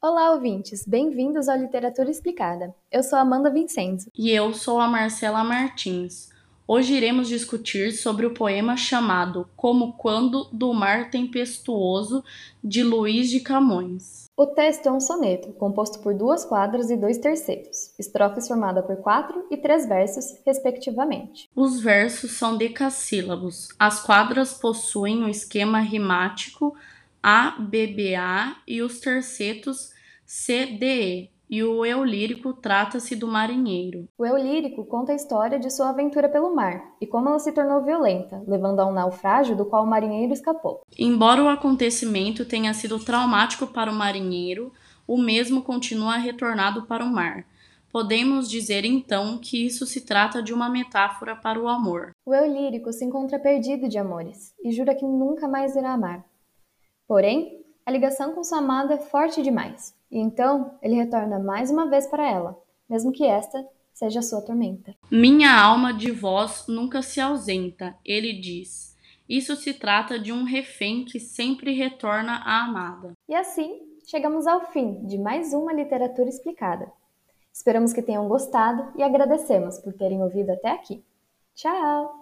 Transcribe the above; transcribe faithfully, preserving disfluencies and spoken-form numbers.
Olá, ouvintes! Bem-vindos ao Literatura Explicada. Eu sou Amanda Vincenzo. E eu sou a Marcela Martins. Hoje iremos discutir sobre o poema chamado Como Quando, do Mar Tempestuoso, de Luís de Camões. O texto é um soneto, composto por duas quadras e dois tercetos, estrofes formadas por quatro e três versos, respectivamente. Os versos são decassílabos. As quadras possuem o esquema rimático A B B A e os tercetos C D E. E o eu lírico trata-se do marinheiro. O eu lírico conta a história de sua aventura pelo mar e como ela se tornou violenta, levando a um naufrágio do qual o marinheiro escapou. Embora o acontecimento tenha sido traumático para o marinheiro, o mesmo continua retornado para o mar. Podemos dizer então que isso se trata de uma metáfora para o amor. O eu lírico se encontra perdido de amores e jura que nunca mais irá amar. Porém, a ligação com sua amada é forte demais, e então ele retorna mais uma vez para ela, mesmo que esta seja sua tormenta. Minha alma de vós nunca se ausenta, ele diz. Isso se trata de um refém que sempre retorna à amada. E assim, chegamos ao fim de mais uma literatura explicada. Esperamos que tenham gostado e agradecemos por terem ouvido até aqui. Tchau!